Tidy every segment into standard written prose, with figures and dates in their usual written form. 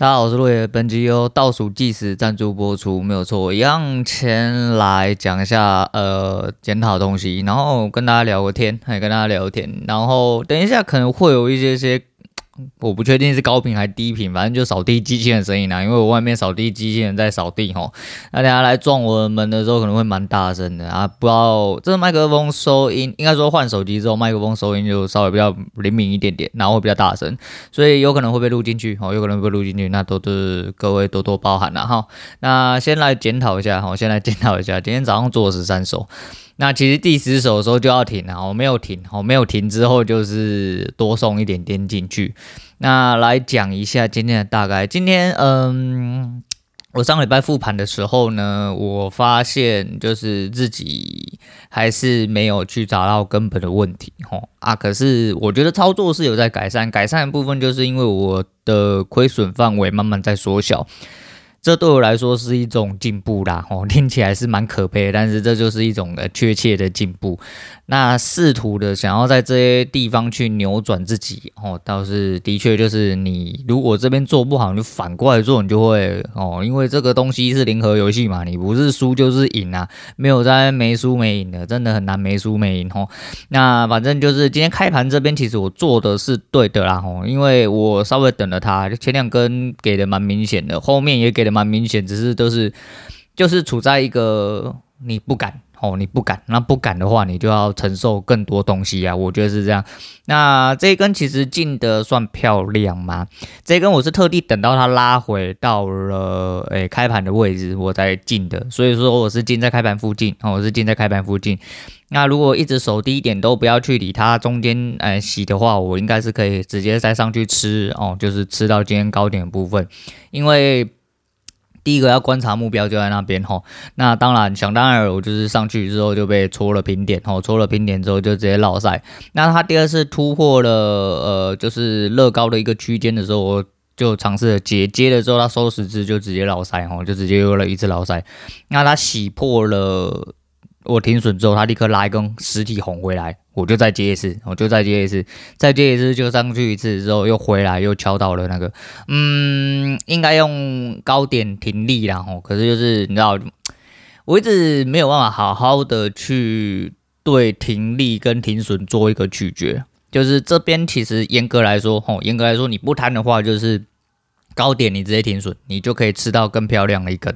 大家好，我是陆野，本集由倒数计时赞助播出，没有错。一样先来讲一下检讨的东西，然后跟大家聊个天，然后等一下可能会有一些我不确定是高频还是低频，反正就扫地机器人的声音啦，因为我外面扫地机器人在扫地吼，那等下来撞我的门的时候可能会蛮大声的啊，不知道这个麦克风收音，应该说换手机之后麦克风收音就稍微比较灵敏一点点，然后会比较大声，所以有可能会被录进去，有可能会被录进去，那都是各位多多包涵啦哈。那先来检讨一下，今天早上做了13首。那其实第10首的时候就要停了，我没有停之后就是多送一点点进去。那来讲一下今天的大概，今天我上礼拜复盘的时候呢，我发现就是自己还是没有去找到根本的问题可是我觉得操作是有在改善的部分，就是因为我的亏损范围慢慢在缩小。这对我来说是一种进步啦，听起来是蛮可悲的，但是这就是一种确切的进步。那试图的想要在这些地方去扭转自己，倒是的确就是你如果这边做不好，你就反过来做，你就会因为这个东西是零和游戏嘛，你不是输就是赢啊，没有在没输没赢的，真的很难没输没赢那反正就是今天开盘这边，其实我做的是对的啦因为我稍微等了它，前2根给的蛮明显的，后面也给的蛮明显，只是就是处在一个你不敢，那不敢的话，你就要承受更多东西啊，我觉得是这样。那这一根其实进的算漂亮吗？这一根我是特地等到它拉回到了开盘的位置我才进的，所以说我是进在开盘附近，那如果一直守低点都不要去理它，中间洗的话，我应该是可以直接再上去吃就是吃到今天高点的部分，因为第一个要观察目标就在那边那当然想当然我就是上去之后就被戳了平点戳了平点之后就直接落赛。那他第二次突破了就是乐高的一个区间的时候，我就尝试了接了之后，他收10只就直接落赛就直接又了一次落赛。那他洗破了我停损之后，他立刻拉一根实体红回来，我就再接一次，就上去一次之后又回来，又敲到了那个，应该用高点停利啦可是就是你知道，我一直没有办法好好的去对停利跟停损做一个取决，就是这边其实严格来说你不贪的话，就是高点你直接停损，你就可以吃到更漂亮的一根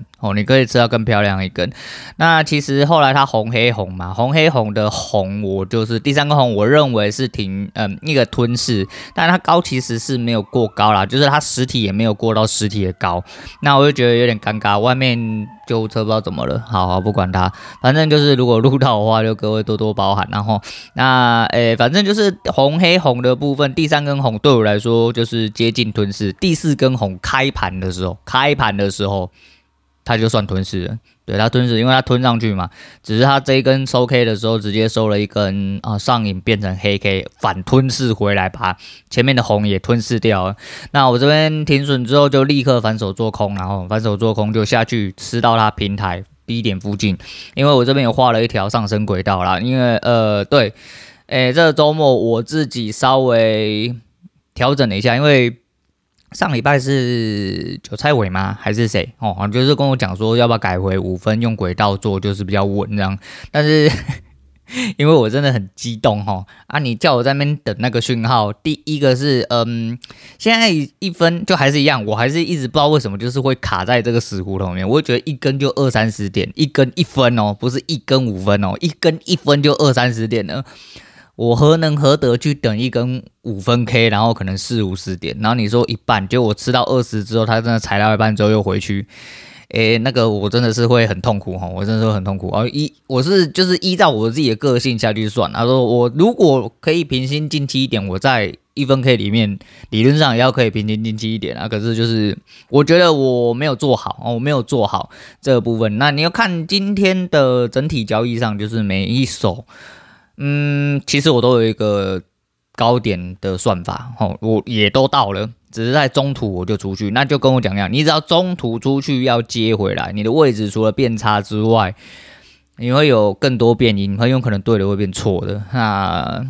那其实后来它红黑红嘛，红黑红的红，我就是第3个红，我认为是一个吞噬，但它高其实是没有过高啦，就是它实体也没有过到实体的高，那我就觉得有点尴尬，外面救护车不知道怎么了，好不管它，反正就是如果录到的话，就各位多多包涵，然后那反正就是红黑红的部分，第3根红对我来说就是接近吞噬，第4根红开盘的时候它就算吞噬了，对，它吞噬，因为它吞上去嘛，只是它这一根收 K 的时候直接收了一根上影变成黑 K， 反吞噬回来把前面的红也吞噬掉了。那我这边停损之后就立刻反手做空，然后反手做空就下去吃到它平台 B 点附近，因为我这边有画了一条上升轨道啦，因为对，这个周末我自己稍微调整了一下，因为上礼拜是韭菜尾吗？还是谁？就是跟我讲说要不要改回5分用轨道做，就是比较稳这样。但是因为我真的很激动你叫我在那边等那个讯号，第一个是现在1分就还是一样，我还是一直不知道为什么就是会卡在这个死胡同里面。我会觉得一根就20-30点，一根1分不是一根5分一根1分就20-30点了。我何能何得去等一根5分 K， 然后可能40-50点，然后你说一半，结果我吃到20之后，他真的踩到一半之后又回去，那个我真的是会很痛苦我真的是会很痛苦我是就是依照我自己的个性下去算，他说我如果可以平心静气一点，我在1分 K 里面理论上也要可以平心静气一点可是就是我觉得我没有做好这个部分。那你要看今天的整体交易上，就是每一手其实我都有一个高点的算法我也都到了，只是在中途我就出去，那就跟我讲一样，你只要中途出去要接回来，你的位置除了变差之外，你会有更多变因，很有可能对的会变错的。那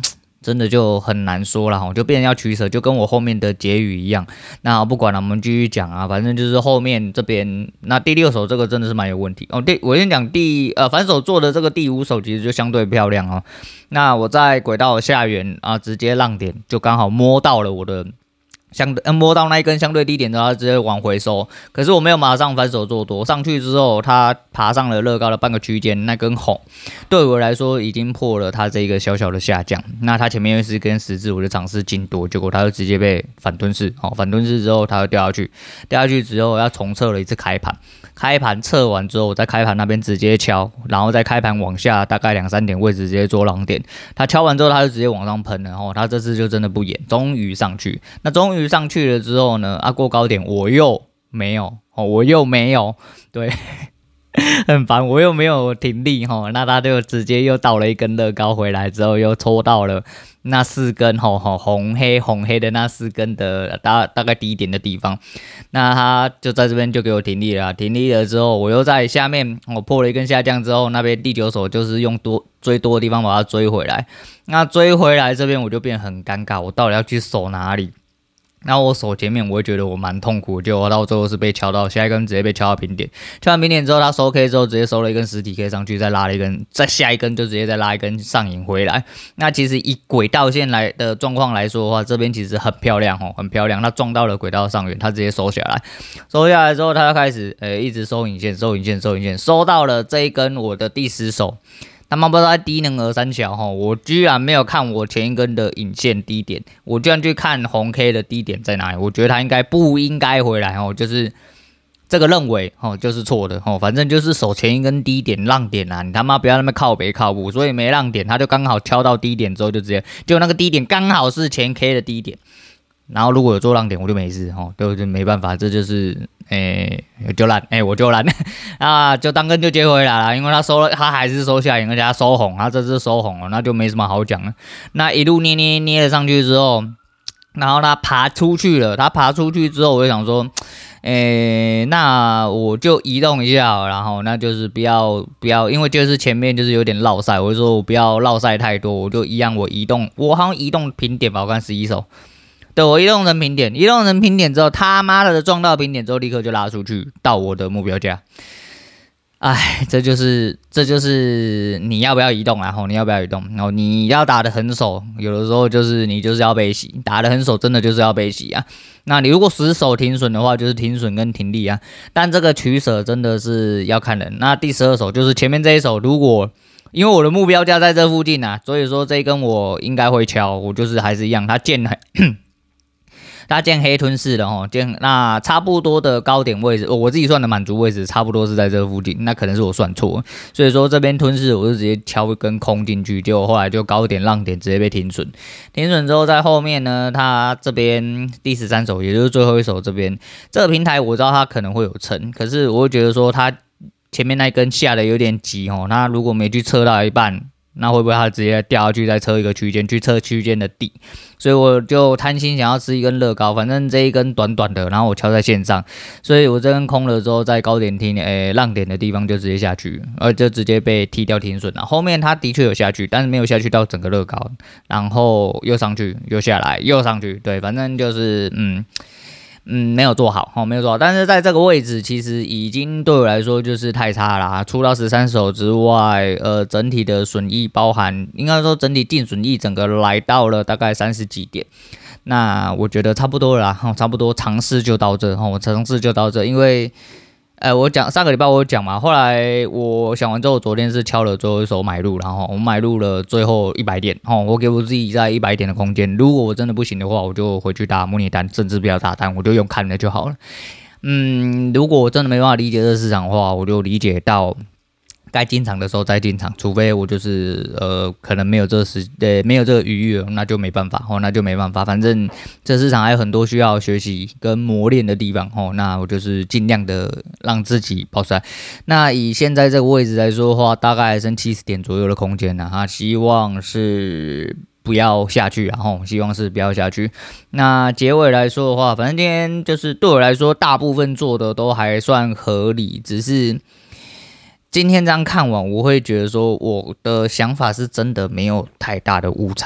真的就很难说了哈，就变成要取舍，就跟我后面的结语一样。那不管了，我们继续讲啊，反正就是后面这边那第6手这个真的是蛮有问题哦。我先讲反手做的这个第5手其实就相对漂亮哦。那我在轨道下缘啊，直接浪点就刚好摸到了我的。摸到那一根相对低点之后，它直接往回收。可是我没有马上反手做多，上去之后，它爬上了乐高的半个区间，那根红对我来说已经破了它这一个小小的下降。那它前面又是根十字，我就尝试进多，结果它就直接被反吞噬。反吞噬之后，它就掉下去之后要重测了一次开盘测完之后，我在开盘那边直接敲，然后在开盘往下大概2-3点位置直接做浪点。它敲完之后，它就直接往上喷了，它这次就真的不演，终于上去。那终于上去了之后呢，过高点我又没有，对。很烦，我又没有停利那他就直接又倒了一根乐高回来之后，又抽到了那4根红黑的那4根的大概低点的地方，那他就在这边就给我停利了，停利了之后，我又在下面我破了一根下降之后，那边第9手就是用追多的地方把它追回来，那追回来这边我就变得很尴尬，我到底要去守哪里？然后我手前面我会觉得我蛮痛苦，结果到最后是被敲到下一根，直接被敲到平点，敲完平点之后，他收 K 之后直接收了一根实体 K 上去，再拉了一根，再下一根就直接再拉一根上影回来。那其实以轨道线来的状况来说的话，这边其实很漂亮很漂亮。他撞到了轨道上缘，他直接收下来，收下来之后，他就开始一直收影线，收到了这一根我的第10手。他妈不知道在低能儿三小我居然没有看我前一根的影线低点，我居然去看红 K 的低点在哪里。我觉得他不应该回来就是这个认为就是错的反正就是守前一根低点浪点啊，你他妈不要那么靠北靠步，所以没浪点，他就刚好敲到低点之后就直接就那个低点刚好是前 K 的低点。然后如果有做浪点我就没事就没办法，这就是就烂我就烂那就当根就接回来了，因为他还是收下影，而且他收红，他这次收红了，那就没什么好讲了。那一路捏了上去之后，然后他爬出去了，之后我就想说那我就移动一下，然后那就是不要，因为就是前面就是有点落赛，我就说我不要落赛太多，我就一样我移动，我好像移动平点吧，我看11手。对，我移动成平点之后，他妈的撞到平点之后，立刻就拉出去到我的目标价。这就是你要不要移动啊？你要不要移动？然后你要打得很手，有的时候就是你就是要被洗，打得很手真的就是要被洗啊。那你如果10手停损的话，就是停损跟停利啊。但这个取舍真的是要看人。那第12手就是前面这一手，如果因为我的目标价在这附近啊，所以说这一根我应该会敲，我就是还是一样，它见黑吞噬了那差不多的高点位置，我自己算的满足位置差不多是在这附近，那可能是我算错，所以说这边吞噬我就直接敲一根空进去，结果后来就高点浪点直接被停损之后，在后面呢，它这边第13手也就是最后一手这边这个平台我知道它可能会有撑，可是我会觉得说它前面那根下的有点急它如果没去测到一半，那会不会他直接掉下去再测一个区间，去测区间的底？所以我就贪心想要吃一根乐高，反正这一根短短的，然后我敲在线上，所以我这根空了之后，在高点浪点的地方就直接下去，就直接被踢掉停损了。后面他的确有下去，但是没有下去到整个乐高，然后又上去又下来又上去，对，反正就是没有做好没有做好，但是在这个位置其实已经对我来说就是太差了出到13手之外，整体的损益包含应该说整体净损益整个来到了大概30几点，那我觉得差不多了啦差不多尝试就到这因为我讲上个礼拜我有讲嘛，后来我想完之后，昨天是敲了最后一手买入，然后我买入了最后100点我给我自己在100点的空间，如果我真的不行的话，我就回去打模拟单，甚至不要打单，我就用看的就好了。如果我真的没办法理解这个市场的话，我就理解到该进场的时候再进场，除非我就是可能没有这个余裕，那就没办法反正这市场还有很多需要学习跟磨练的地方那我就是尽量的让自己保持。那以现在这个位置来说的话，大概还剩70点左右的空间希望是不要下去希望是不要下去。那结尾来说的话，反正今天就是对我来说大部分做的都还算合理，只是今天这样看完，我会觉得说我的想法是真的没有太大的误差，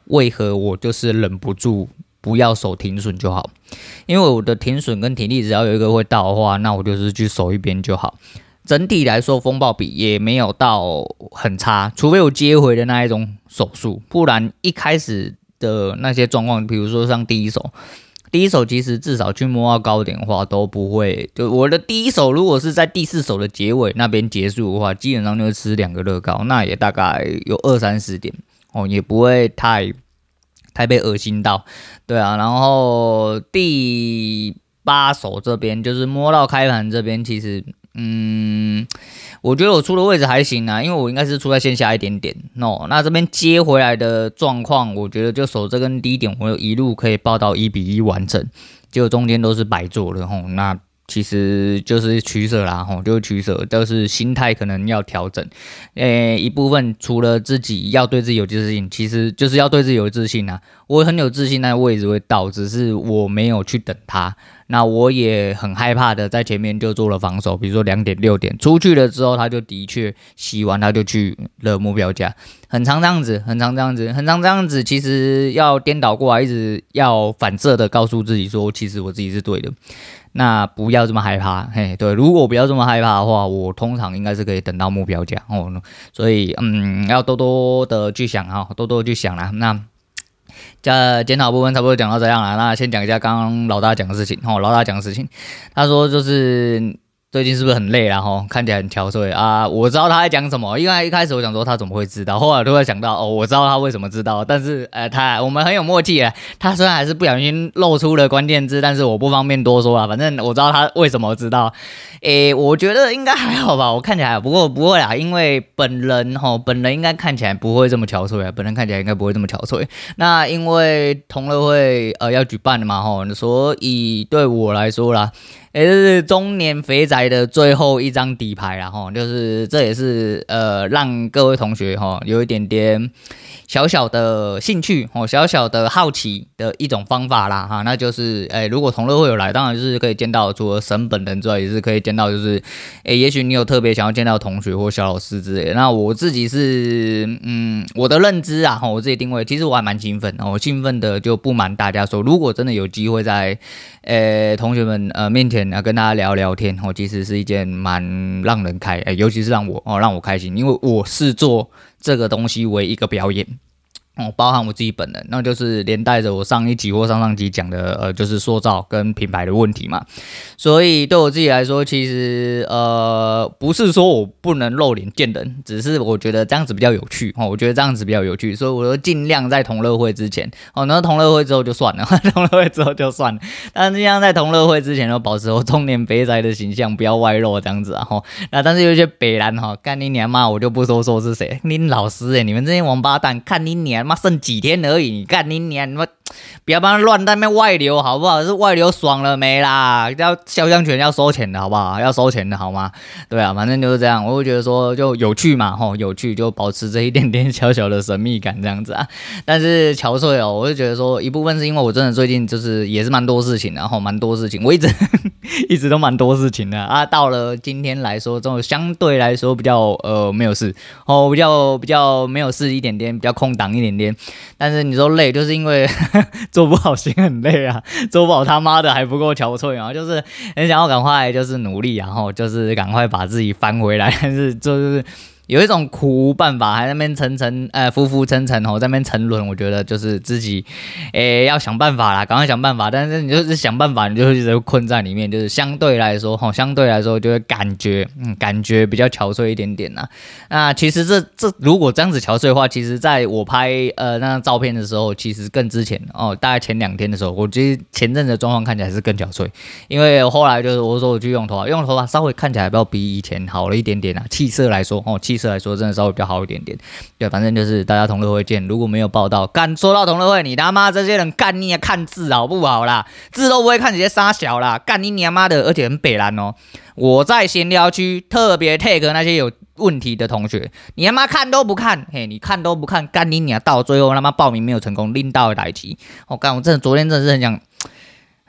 为何我就是忍不住不要守停损就好？因为我的停损跟停利只要有一个会到的话，那我就是去守一边就好。整体来说，风暴比也没有到很差，除非我接回的那一种手速，不然一开始的那些状况，比如说像第一手其实至少去摸到高点的话都不会，就我的第一手如果是在第4手的结尾那边结束的话，基本上就会吃2个乐高，那也大概有20-30点也不会太被恶心到，对啊。然后第8手这边就是摸到开盘这边，其实我觉得我出的位置还行啊，因为我应该是出在线下一点点那这边接回来的状况，我觉得就守这根低点，我一路可以报到1-1完成，结果中间都是白做的那其实就是取舍啦就是取舍，就是心态可能要调整。一部分除了自己要对自己有自信，其实就是要对自己有自信啊。我很有自信那个位置会到，只是我没有去等它。那我也很害怕的在前面就做了防守，比如说2点6点出去了之后，他就的确洗完他就去了目标价，很常这样子，其实要颠倒过来，一直要反射的告诉自己说，其实我自己是对的。那不要这么害怕，对，如果不要这么害怕的话，我通常应该是可以等到目标价所以要多多的去想多多去想啦。那检讨部分差不多讲到这样了，那先讲一下刚刚老大讲的事情他说就是最近是不是很累啦看起来很憔悴啊。我知道他在讲什么，因为一开始我想说他怎么会知道，后来突然想到我知道他为什么知道，但是我们很有默契他虽然还是不小心露出了关键字，但是我不方便多说啦，反正我知道他为什么知道。我觉得应该还好吧，我看起来不过不会啦，因为本人应该看起来不会这么憔悴本人看起来应该不会这么憔悴。那因为同乐会要举办的嘛所以对我来说啦，这是中年肥宅的最后一张底牌啦就是这也是让各位同学有一点点小小的兴趣小小的好奇的一种方法啦那就是如果同乐会有来，当然就是可以见到除了神本人之外，也是可以见到就是也许你有特别想要见到同学或小老师之类的。那我自己是我的认知我自己定位，其实我还蛮兴奋我兴奋的就不瞒大家说，如果真的有机会在同学们面前跟大家聊聊天其实是一件蛮让人尤其是让我开心，因为我是做这个东西为一个表演包含我自己本人，那就是连带着我上一集或上集讲的就是塑造跟品牌的问题嘛。所以对我自己来说，其实不是说我不能露脸见人，只是我觉得这样子比较有趣我觉得这样子比较有趣，所以我就尽量在同乐会之前那同乐会之后就算了同乐会之后就算了，但是尽量在同乐会之前都保持我中年肥宅的形象，不要外露这样子那但是有些北蓝干你娘妈，我就不说是谁，你老师你们这些王八蛋，看你娘妈剩几天而已，你干你娘，你们不要帮他乱在那边外流好不好？是外流爽了没啦？要肖像权要收钱的好不好？要收钱的好吗？对啊，反正就是这样。我会觉得说就有趣嘛，有趣就保持这一点点小小的神秘感这样子啊。但是憔悴我就觉得说一部分是因为我真的最近就是也是蛮多事情的，蛮多事情，我一直都蛮多事情的啊。到了今天来说，这种相对来说比较没有事比较没有事一点点，比较空档一点点。但是你说累，就是因为做不好心很累啊，做不好他妈的还不够憔悴啊，就是很想要赶快就是努力就是赶快把自己翻回来，但是就是有一种苦无办法，还在那边浮沉在那边沉沦。我觉得就是自己要想办法啦，赶快想办法。但是你就是想办法，你就一直困在里面，就是相对来说就会感觉比较憔悴一点点啦。那其实这如果这样子憔悴的话，其实在我拍那张照片的时候，其实更之前大概前2天的时候，我觉得前阵子的状况看起来是更憔悴，因为后来就是我说我去用头发稍微看起来比以前好了一点点气色来说真的稍微比较好一点点。对，反正就是大家同乐会见，如果没有报到，说到同乐会，你他妈这些人干你看字好不好啦？字都不会看，直接杀小啦，干你娘妈的，而且很北蓝我在闲聊区特别 take 那些有问题的同学，你他妈看都不看，你看都不看，干你娘！到最后他妈报名没有成功，拎到来及。干，我真的昨天真的是很想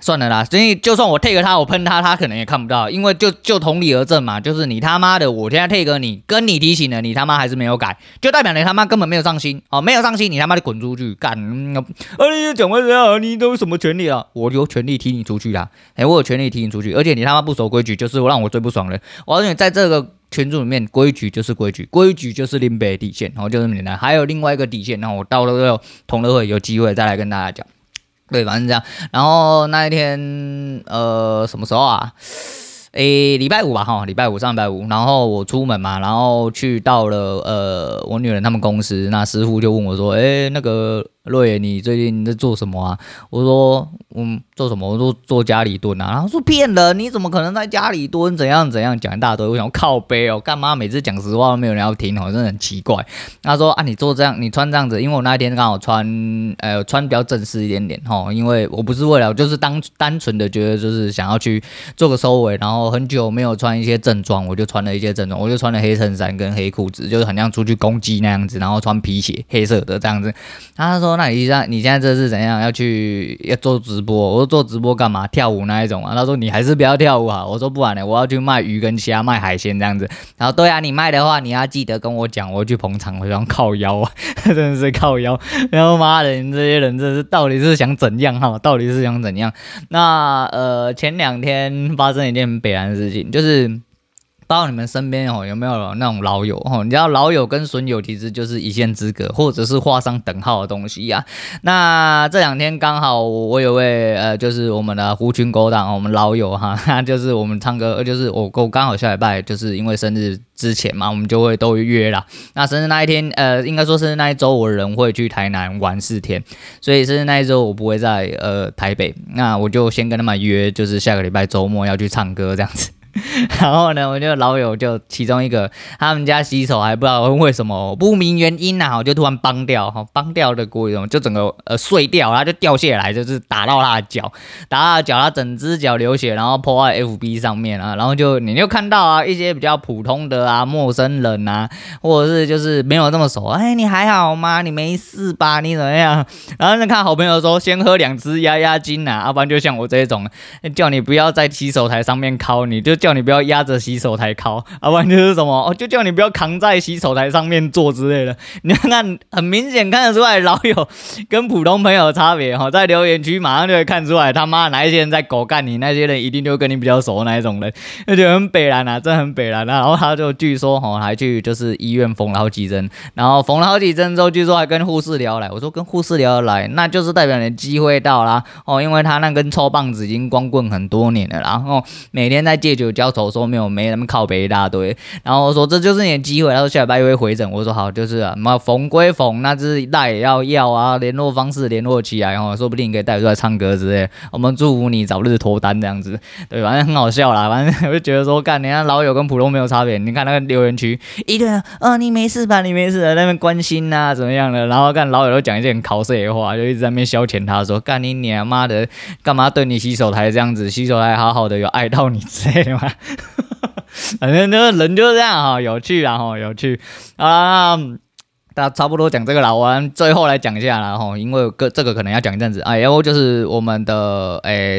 算了啦，所以就算我 take 他，我喷他，他可能也看不到，因为就同理而证嘛，就是你他妈的，我现在 take 你，跟你提醒了，你他妈还是没有改，就代表你他妈根本没有上心哦，没有上心，你他妈就滚出去干！你讲话这样，你都有什么权利啊？我有权利踢你出去啦，我有权利踢你出去，而且你他妈不守规矩，就是让我最不爽了。我告诉你，在这个群组里面，规矩就是规矩，规矩就是林北底线，然后就这么简单。还有另外一个底线，然后我到了同乐会有机会再来跟大家讲。对，反正这样。然后那一天，什么时候啊？礼拜五吧，哈，礼拜五上礼拜五，然后我出门嘛，然后去到了我女人他们公司，那师傅就问我说，那个瑞爷，你最近在做什么啊？我说，做什么？我说做家里蹲啊。然后说骗人，你怎么可能在家里蹲？怎样讲一大堆。我想靠背哦，干嘛每次讲实话都没有人要听哦，真的很奇怪。他说啊，你做这样，你穿这样子，因为我那天刚好穿比较正式一点点哈，因为我不是为了就是单纯的觉得就是想要去做个收尾，然后很久没有穿一些正装，我就穿了一些正装，我就穿了黑衬衫跟黑裤子，就是很像出去攻击那样子，然后穿皮鞋黑色的这样子。他说那你现在这是怎样要做直播？我说做直播干嘛？跳舞那一种啊？他说你还是不要跳舞啊。我说不然呢，我要去卖鱼跟虾，卖海鲜这样子。然后对啊，你卖的话你要记得跟我讲，我去捧场，我想靠腰啊，真的是靠腰。然后妈的，你这些人这是到底是想怎样哈？到底是想怎样？那前2天发生一件很北然的事情，就是不知道你们身边有没有那种老友你知道老友跟损友其实就是一线之隔，或者是画上等号的东西啊。那这2天刚好我有位就是我们的狐群狗党，我们老友哈，就是我们唱歌，就是我刚好下礼拜就是因为生日之前嘛，我们就会都约啦。那生日那一天应该说生日那一周我人会去台南玩4天，所以生日那一周我不会在台北，那我就先跟他们约，就是下个礼拜周末要去唱歌这样子。然后呢，我就老友就其中一个，他们家洗手还不知道为什么不明原因啊，我就突然崩掉的锅就整个碎掉，它就掉下来，就是打到他的脚，他整只脚流血，然后 po 在 FB 上面啊，然后你就看到啊一些比较普通的啊陌生人啊，或者是就是没有这么熟，你还好吗？你没事吧？你怎么样？然后看好朋友说先喝2支压惊啊，要不然就像我这种叫你不要在洗手台上面敲，你就叫你不要压着洗手台敲，要不然就是什么就叫你不要扛在洗手台上面做之类的。你看很明显看得出来老友跟普通朋友的差别在留言区马上就会看出来，他妈哪一些人在狗干你，那些人一定就跟你比较熟的那一种人，就觉得很北蓝啊，真的很北蓝啊。然后他就据说还去就是医院缝了好几针，然后缝了好几针之后，据说还跟护士聊来。我说跟护士聊来，那就是代表你的机会到啦因为他那根臭棒子已经光棍很多年了，然后每天在借酒浇愁，说没那么靠北一大堆，然后说这就是你的机会，他说下礼拜又会回诊。我说好，就是缝归缝，那就是赖也要啊，联络方式联络起来说不定你可以带出来唱歌之类的，我们祝福你早日脱单这样子。对，反正很好笑啦，反正我就觉得说干，你看老友跟普通没有差别，你看那个留言区一堆人你没事吧，你没事的那边关心啊怎么样的，然后干老友都讲一些很考试的话，就一直在那边消遣他说干你娘妈的，干嘛对你洗手台这样子，洗手台好好的有爱到你之类的吗？反正人就是这样有趣啦有趣啊。大家差不多讲这个啦，我最后来讲一下啦因为这个可能要讲一阵子然后就是我们的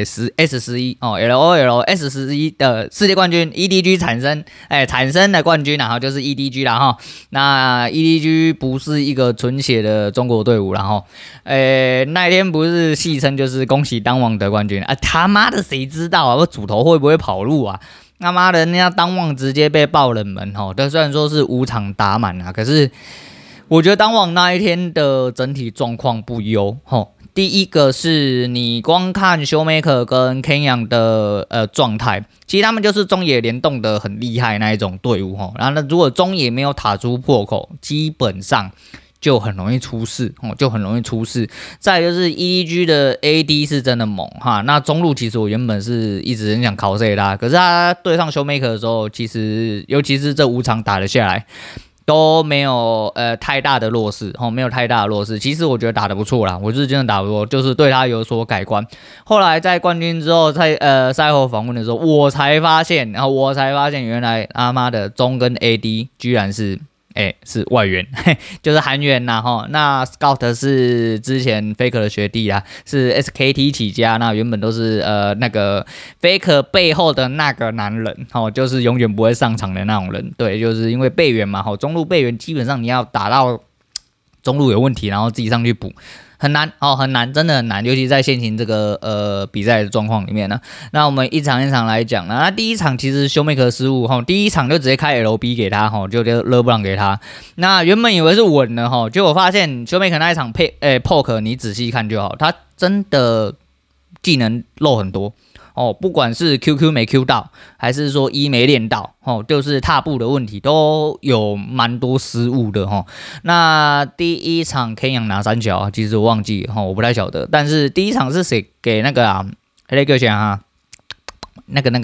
S11 LOL S11 的世界冠军 EDG 产生的冠军然后就是 EDG 啦那 EDG 不是一个纯血的中国队伍然后那一天不是戏称就是恭喜当王得冠军他妈的谁知道啊，我主头会不会跑路啊？他妈的，人家当王直接被爆冷门但虽然说是5场打满可是我觉得当王那一天的整体状况不优第一个是你光看 Showmaker 跟 Kenyan 的状态，其实他们就是中野联动的很厉害那一种队伍然后如果中野没有打出破口，基本上就很容易出事再来就是 EDG 的 AD 是真的猛那中路其实我原本是一直很想考谁他，可是他对上 Showmaker 的时候，其实尤其是这5场打了下来都没有太大的弱势没有太大的弱势。其实我觉得打得不错啦，我是真的打不错，就是对他有所改观。后来在冠军之后，在赛后访问的时候，我才发现原来他妈的中跟 AD 居然是是外援，就是韩援呐哈。那 Scout 是之前 Faker 的学弟啦，是 SKT 起家，那原本都是那个 Faker 背后的那个男人，就是永远不会上场的那种人。对，就是因为备援嘛，中路备援基本上你要打到中路有问题，然后自己上去补。很难很难，真的很难，尤其在现行这个比赛的状况里面呢。那我们一场一场来讲呢。那第一场其实Showmaker失误第一场就直接开 LB 给他就勒布朗给他。那原本以为是稳了结果发现Showmaker那一场poke 你仔细看就好，他真的技能漏很多。不管是 QQ 没 Q 到，还是说没练到，就是踏步的问题，都有蛮多失误的那第一场 K 阳拿3球，其实我忘记了我不太晓得。但是第一场是谁给那个那个选哈？那个，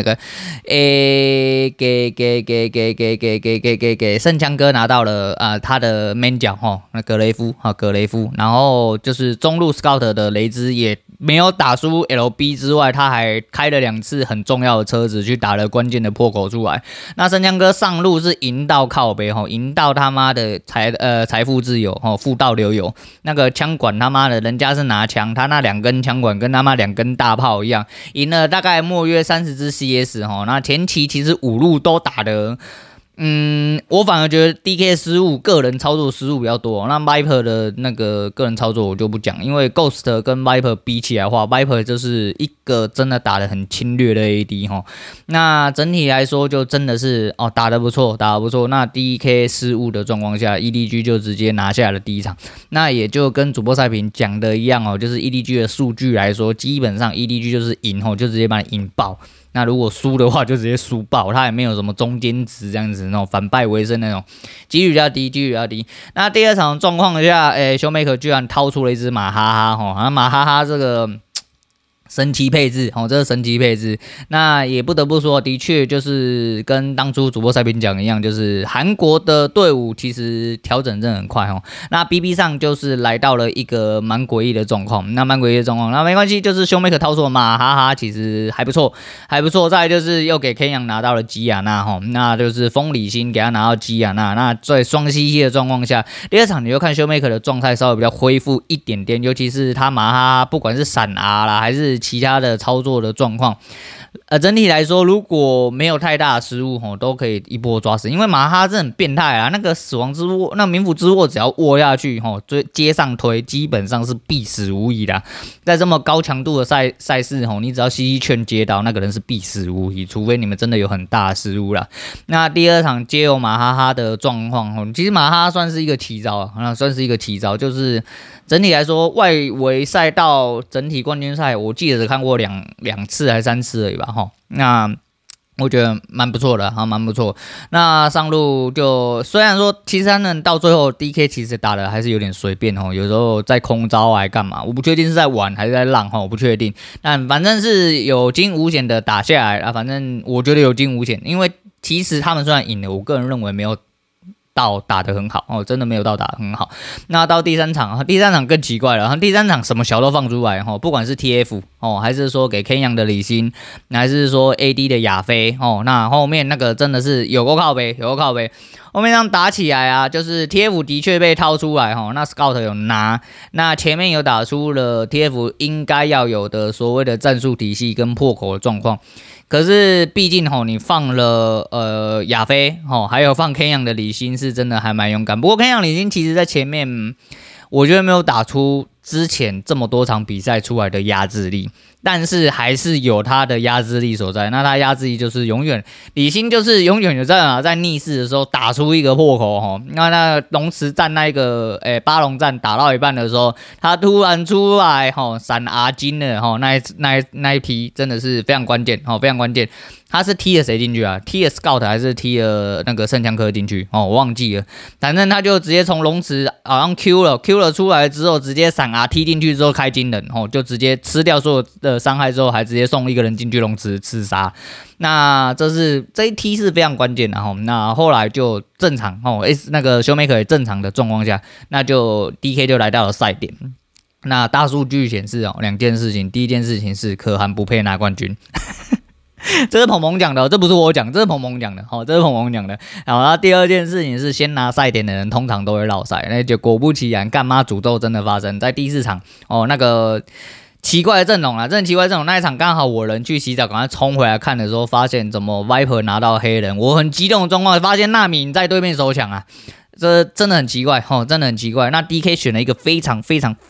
给圣枪哥拿到了他的 man 角那格雷夫，然后就是中路 Scout 的雷兹也没有打输 LB 之外，他还开了2次很重要的车子去打了关键的破口出来。那圣枪哥上路是赢到靠北赢到他妈的财富自由富到流油，那个枪管他妈的人家是拿枪，他那2根枪管跟他妈2根大炮一样，赢了大概末约30支 CS 那前期其实5路都打得我反而觉得 DK 失误，个人操作失误比较多。那 Viper 的那个个人操作我就不讲，因为 Ghost 跟 Viper 比起来的话 ，Viper 就是一个真的打得很侵略的 AD 那整体来说就真的是打得不错，那 DK 失误的状况下 ，EDG 就直接拿下了第一场。那也就跟主播赛评讲的一样就是 EDG 的数据来说，基本上 EDG 就是赢就直接把你赢爆。那如果输的话，就直接输爆，他也没有什么中间值这样子那种反败为胜那种，几率比较低。那第二场状况下，Showmaker 居然掏出了一只马哈哈马哈哈这个神奇配置这是神奇配置。那也不得不说，的确就是跟当初主播赛评讲一样，就是韩国的队伍其实调整真的很快那 BB 上就是来到了一个蛮诡异的状况，那没关系，就是 Showmaker 掏出了马哈哈，其实还不错。再来就是又给 K 阳拿到了基亚纳那就是风里星给他拿到基亚纳。那在双 CC 的状况下，第二场你就看 Showmaker 的状态稍微比较恢复一点点，尤其是他马哈哈不管是闪 R 啦还是其他的操作的状况，整体来说如果没有太大的失误都可以一波抓死。因为马哈真的很变态那个死亡之握，那冥府之握只要握下去接上推，基本上是必死无疑的。在这么高强度的赛事你只要 CC 圈接到那个人是必死无疑，除非你们真的有很大的失误啦。那第二场接有马哈哈的状况其实马哈哈算是一个奇招就是整体来说，外围赛道整体冠军赛，我记得只看过两次还是3次而已吧那我觉得蛮不错的蛮不错。那上路就虽然说73人到最后 DK 其实打的还是有点随便有时候在空招还干嘛，我不确定是在玩还是在浪我不确定。但反正是有惊无险的打下来反正我觉得有惊无险，因为其实他们虽然赢了，我个人认为没有到打得很好真的没有到打得很好。那到第三场更奇怪了，第三场什么小都放出来不管是 TF 还是说给 K 阳的李欣，还是说 AD 的亚飞那后面那个真的是有够靠北。后面这样打起来就是 TF 的确被掏出来那 Scout 有拿，那前面有打出了 TF 应该要有的所谓的战术体系跟破口的状况。可是毕竟你放了亚飞还有放 K 阳的李欣，是真的还蛮勇敢。不过 K 阳李欣其实在前面我觉得没有打出之前这么多场比赛出来的压制力，但是还是有他的压制力所在。那他压制力就是李欣就是永远有在逆势的时候打出一个破口那龙池战那一个巴龙战打到一半的时候，他突然出来闪 R 金了那一批真的是非常关键非常关键。他是踢了谁进去踢了 Scout 还是踢了那个圣枪科进去我忘记了。反正他就直接从龙池好像 Q 了出来之后，直接闪 R 踢进去之后开惊人就直接吃掉所有的伤害之后，还直接送一个人进去龙池刺杀。那这一踢是非常关键的那后来就正常那个 Showmaker 也正常的状况下，那就 DK 就来到了赛点。那大数据显示2件事情，第一件事情是可汗不配拿冠军这是鹏鹏讲的，这不是我讲，这是鹏鹏讲的，这是鹏鹏讲的。然后第二件事情是，先拿赛点的人通常都会落赛，那就果不其然，干妈诅咒真的发生在第4场那个奇怪的阵容真的奇怪的阵容那一场刚好我人去洗澡，赶快冲回来看的时候，发现怎么 Viper 拿到黑人，我很激动的状况，发现纳米在对面手抢啊。这真的很奇怪真的很奇怪。那 DK 选了一个非常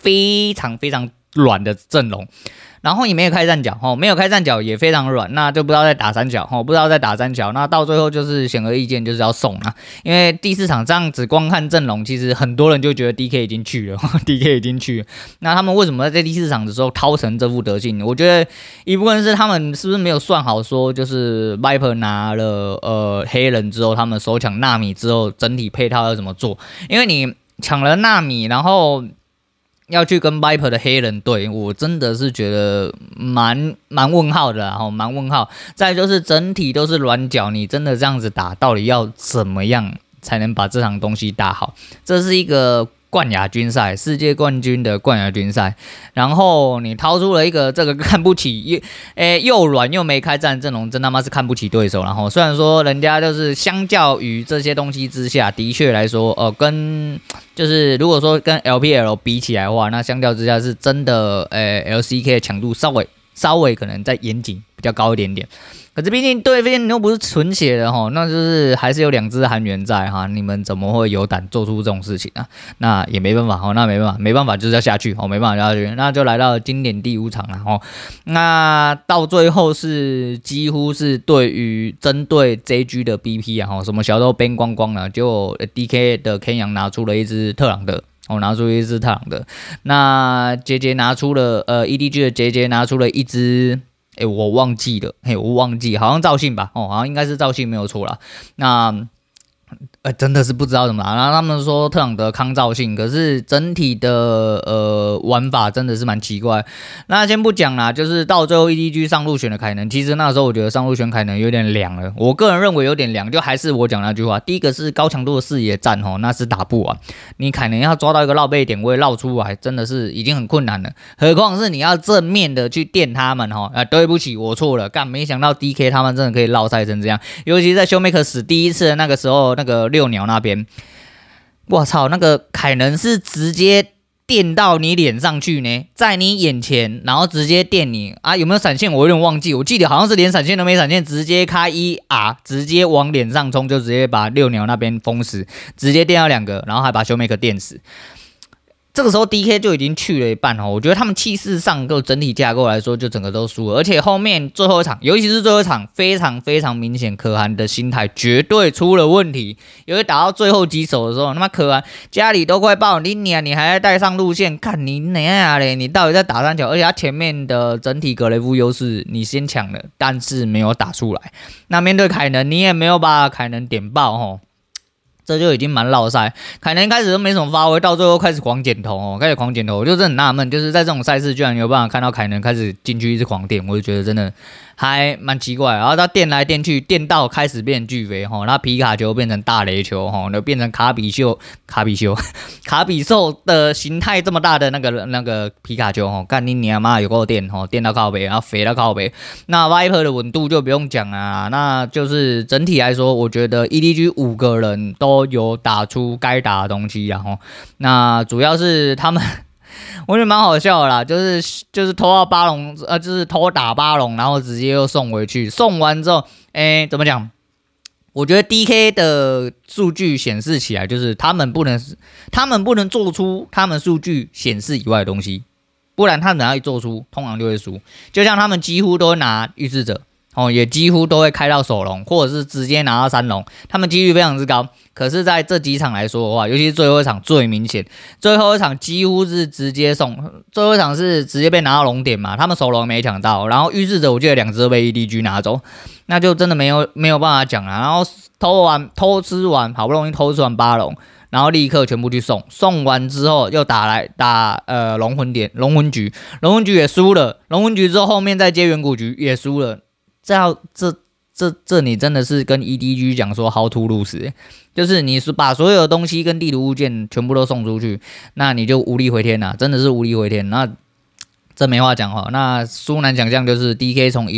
软的阵容，然后也没有开战角没有开战角也非常软，那就不知道在打三角不知道在打三角，那到最后就是显而易见就是要送啊，因为第4场这样子光看阵容，其实很多人就觉得 DK 已经去了DK 已经去了。那他们为什么在第4场的时候掏成这副德性？我觉得一部分是他们是不是没有算好说，就是 Viper 拿了黑人之后，他们手抢纳米之后，整体配套要怎么做？因为你抢了纳米，然后要去跟 Viper 的黑人对，我真的是觉得蛮问号的啦，蛮问号。再就是整体都是软脚，你真的这样子打，到底要怎么样才能把这场东西打好？这是一个冠亚军赛，世界冠军的冠亚军赛，然后你掏出了一个这个看不起，又软又没开战阵容，真他妈是看不起对手。然后虽然说人家就是相较于这些东西之下，的确来说，跟就是如果说跟 LPL 比起来的话，那相较之下是真的，LCK 的强度稍微可能再严谨比较高一点点。可是毕竟对面又不是纯血的那就是还是有2只韩援在你们怎么会有胆做出这种事情啊？那也没办法那没办法就是要下去没办法下去，那就来到经典第5场了那到最后是几乎是针对 JG 的 BP 什么小都 ban 光光了，结果 DK 的 Ken 阳拿出了一只特朗的。拿出一只特朗的，那杰杰拿出了EDG 的杰杰拿出了一只，我忘记了，好像赵信吧，好像应该是赵信没有错啦。那真的是不知道怎么打。然后他们说特朗德抗造性，可是整体的玩法真的是蛮奇怪。那先不讲啦，就是到最后 EDG 上路选的凯能，其实那时候我觉得上路选凯能有点凉了，我个人认为有点凉，就还是我讲那句话，第一个是高强度的视野战那是打不完，你凯能要抓到一个绕背点位绕出来，真的是已经很困难了，何况是你要正面的去电他们对不起我错了，没想到 DK 他们真的可以绕赛成这样，尤其是在 Showmaker 死第一次的那个时候，那个六鸟那边，我操，那个凯能是直接电到你脸上去呢，在你眼前，然后直接电你啊！有没有闪现？我有点忘记，我记得好像是连闪现都没闪现，直接开1R，直接往脸上冲，就直接把六鸟那边封死，直接电到2个，然后还把 Showmaker 电死。这个时候 DK 就已经去了一半我觉得他们气势上跟整体架构来说就整个都输了，而且后面最后一场，尤其是最后一场非常明显，可汗的心态绝对出了问题。因为打到最后几手的时候，他妈可汗家里都快爆你娘，你还在带上路线，看你哪嘞？你到底在打三角？而且他前面的整体格雷夫优势你先抢了，但是没有打出来。那面对凯能，你也没有把凯能点爆这就已经蛮落赛，凯能开始都没什么发挥，到最后开始狂剪头我就真的很纳闷，就是在这种赛事居然有办法看到凯能开始进去一直狂电，我就觉得真的还蛮奇怪。然后他电来电去，电到开始变巨肥他皮卡丘变成大雷球就变成卡比兽的形态这么大的那个皮卡丘干你娘妈有够电电到靠北，然后肥到靠北。那 Viper 的稳度就不用讲啊，那就是整体来说，我觉得 EDG 5个人都有打出该打的东西那主要是他们我觉得蛮好笑的啦，就是偷到巴龙，就是偷打巴龙，然后直接又送回去，送完之后，怎么讲？我觉得 DK 的数据显示起来，就是他们不能做出他们数据显示以外的东西，不然他们要一做出，通常就会输。就像他们几乎都拿预示者。也几乎都会开到首龙，或者是直接拿到3龙，他们几率非常之高。可是在这几场来说的话，尤其是最后一场最明显，最后一场几乎是直接送，最后一场是直接被拿到龙点嘛，他们首龙没抢到，然后预示者我记得2只被 EDG 拿走，那就真的没有办法讲了。然后偷吃完，好不容易偷吃完8龙。然后立刻全部去送完之后又打龙魂局也输了，龙魂局之后后面再接远古局也输了。这你真的是跟 EDG 讲说 how to lose， 就是你是把所有的东西跟地图物件全部都送出去，那你就无力回天真的是无力回天。那这没话讲那苏南想象就是 DK 从一路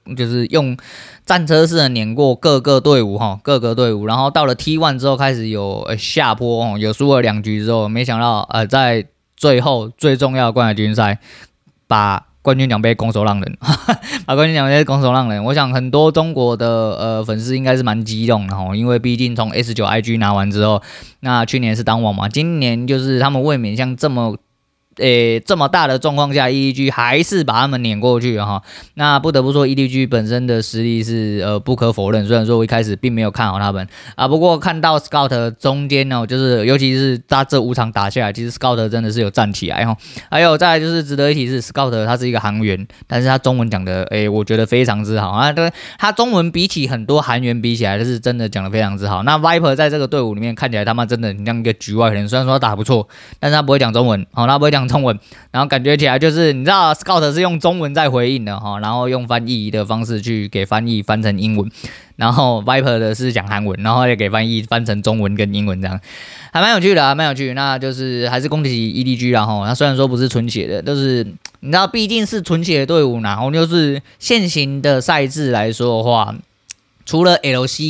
就是用战车式的碾过各个队伍，然后到了 T1 之后开始有下坡，有输了2局之后，没想到在最后最重要的冠军赛把冠军奖杯拱手让人，把冠军奖杯拱手让人。我想很多中国的粉丝应该是蛮激动的因为毕竟从 S9 IG 拿完之后，那去年是当王嘛，今年就是他们卫冕像这么大的状况下 ，EDG 还是把他们碾过去哈。那不得不说 ，EDG 本身的实力是不可否认。虽然说我一开始并没有看好他们不过看到 Scout 中间就是尤其是他这5场打下来，其实 Scout 真的是有站起来哈。还有再来就是值得一提是 Scout 他是一个韩员，但是他中文讲的我觉得非常之好啊。对，他中文比起很多韩员比起来，他是真的讲的非常之好。那 Viper 在这个队伍里面看起来他妈真的很像一个局外人，虽然说他打不错，但是他不会讲中文，他不会讲中文，然后感觉起来就是你知道 Scout 是用中文在回应的然后用翻译的方式去给翻译翻成英文，然后 Viper 的是讲韩文，然后也给翻译翻成中文跟英文这样，还蛮有趣的，还蛮有趣。那就是还是恭喜 EDG 啦他虽然说不是纯血的，就是你知道毕竟是纯血的队伍，然后就是现行的赛制来说的话，除了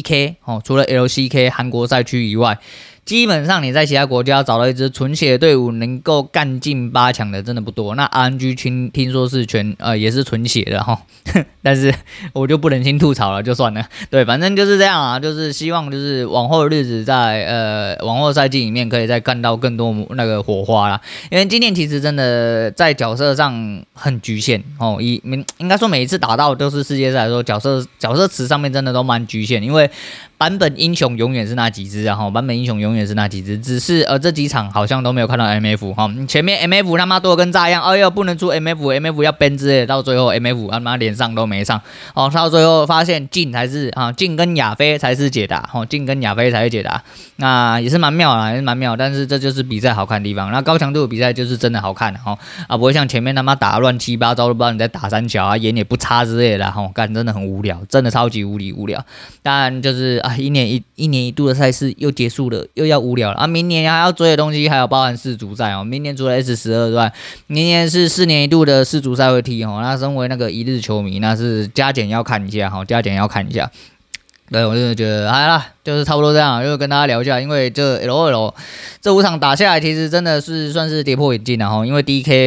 LCK 韩国赛区以外，基本上你在其他国家找到一支纯血的队伍能够干进8强的真的不多。那 RNG 听说是也是纯血的但是我就不忍心吐槽了，就算了。对，反正就是这样啊，就是希望就是往后的日子在往后赛季里面可以再看到更多那个火花啦。因为今年其实真的在角色上很局限应该说每一次打到都是世界赛的时候，角色池上面真的都蛮局限，因为版本英雄永远是那几只版本英雄永远是那几只，只是这几场好像都没有看到 MF 前面 MF 他妈多跟炸一样，不能出 MF 要 ban 之类的，到最后 MF 他妈连上都没上到最后发现镜才是镜跟亚飞才是解答镜跟亚飞才是解答，那也是蛮妙啦，也是蛮妙，但是这就是比赛好看的地方。那高强度的比赛就是真的好看不会像前面他妈打乱七八糟都不知道你在打三小眼也不差之类的干真的很无聊，真的超级无聊。当然就是一年一度的赛事又结束了，又要无聊了明年还要追的东西还有包含世足赛明年除了 S12之外，明年是4年一度的世足赛会踢那身为那个一日球迷，那是加减要看一下对，我真的觉得好啦，就是差不多这样，就跟大家聊一下，因为这 LOL 这5场打下来，其实真的是算是跌破眼镜了因为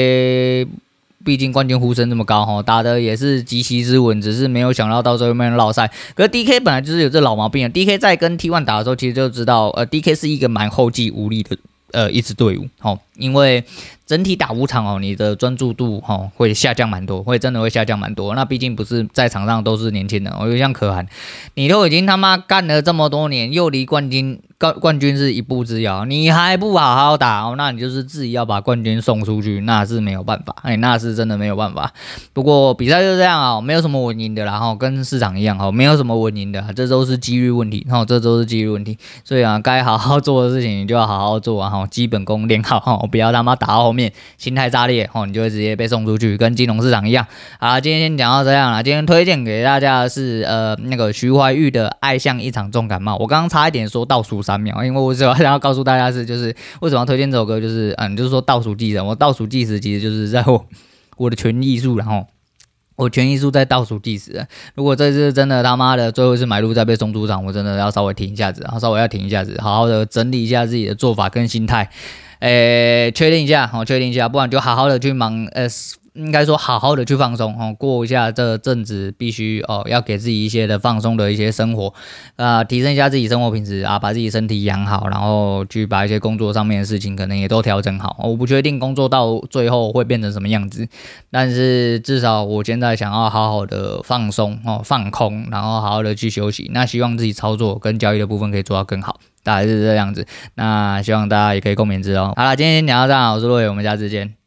DK。毕竟冠军呼声这么高打的也是极其之稳，只是没有想到最后面落赛。可是 DK 本来就是有这老毛病DK 在跟 T1 打的时候，其实就知道DK 是一个蛮后继无力的一支队伍因为整体打5场你的专注度会下降蛮多，真的会下降蛮多。那毕竟不是在场上都是年轻人就像可汗，你都已经他妈干了这么多年，又离冠军是一步之遥，你还不好好打那你就是自己要把冠军送出去，那是没有办法那是真的没有办法。不过比赛就是这样没有什么稳赢的啦跟市场一样没有什么稳赢的，这都是几率问题这都是几率问题。所以该好好做的事情你就要好好做基本功练好不要他妈打到后面心态炸裂你就会直接被送出去，跟金融市场一样。好，今天先讲到这样啦。今天推荐给大家的是那个徐怀钰的《爱像一场重感冒》。我刚刚差一点说倒数3秒，因为我主要想要告诉大家就是为什么要推荐这首歌，就是就是说倒数计时。我倒数计时其实就是在我的全艺术，然后我全艺术在倒数计时。如果这次真的他妈的最后一次买入再被送出场，我真的要稍微停一下子，好好的整理一下自己的做法跟心态。确定一下，不然就好好的去忙，应该说好好的去放松过一下这阵子必须要给自己一些的放松的一些生活，提升一下自己生活品质把自己身体养好，然后去把一些工作上面的事情可能也都调整好。我不确定工作到最后会变成什么样子，但是至少我现在想要好好的放松放空，然后好好的去休息。那希望自己操作跟交易的部分可以做到更好。大概是这样子，那希望大家也可以共勉之好啦，今天先讲到这样，我是洛伟，我们下次见。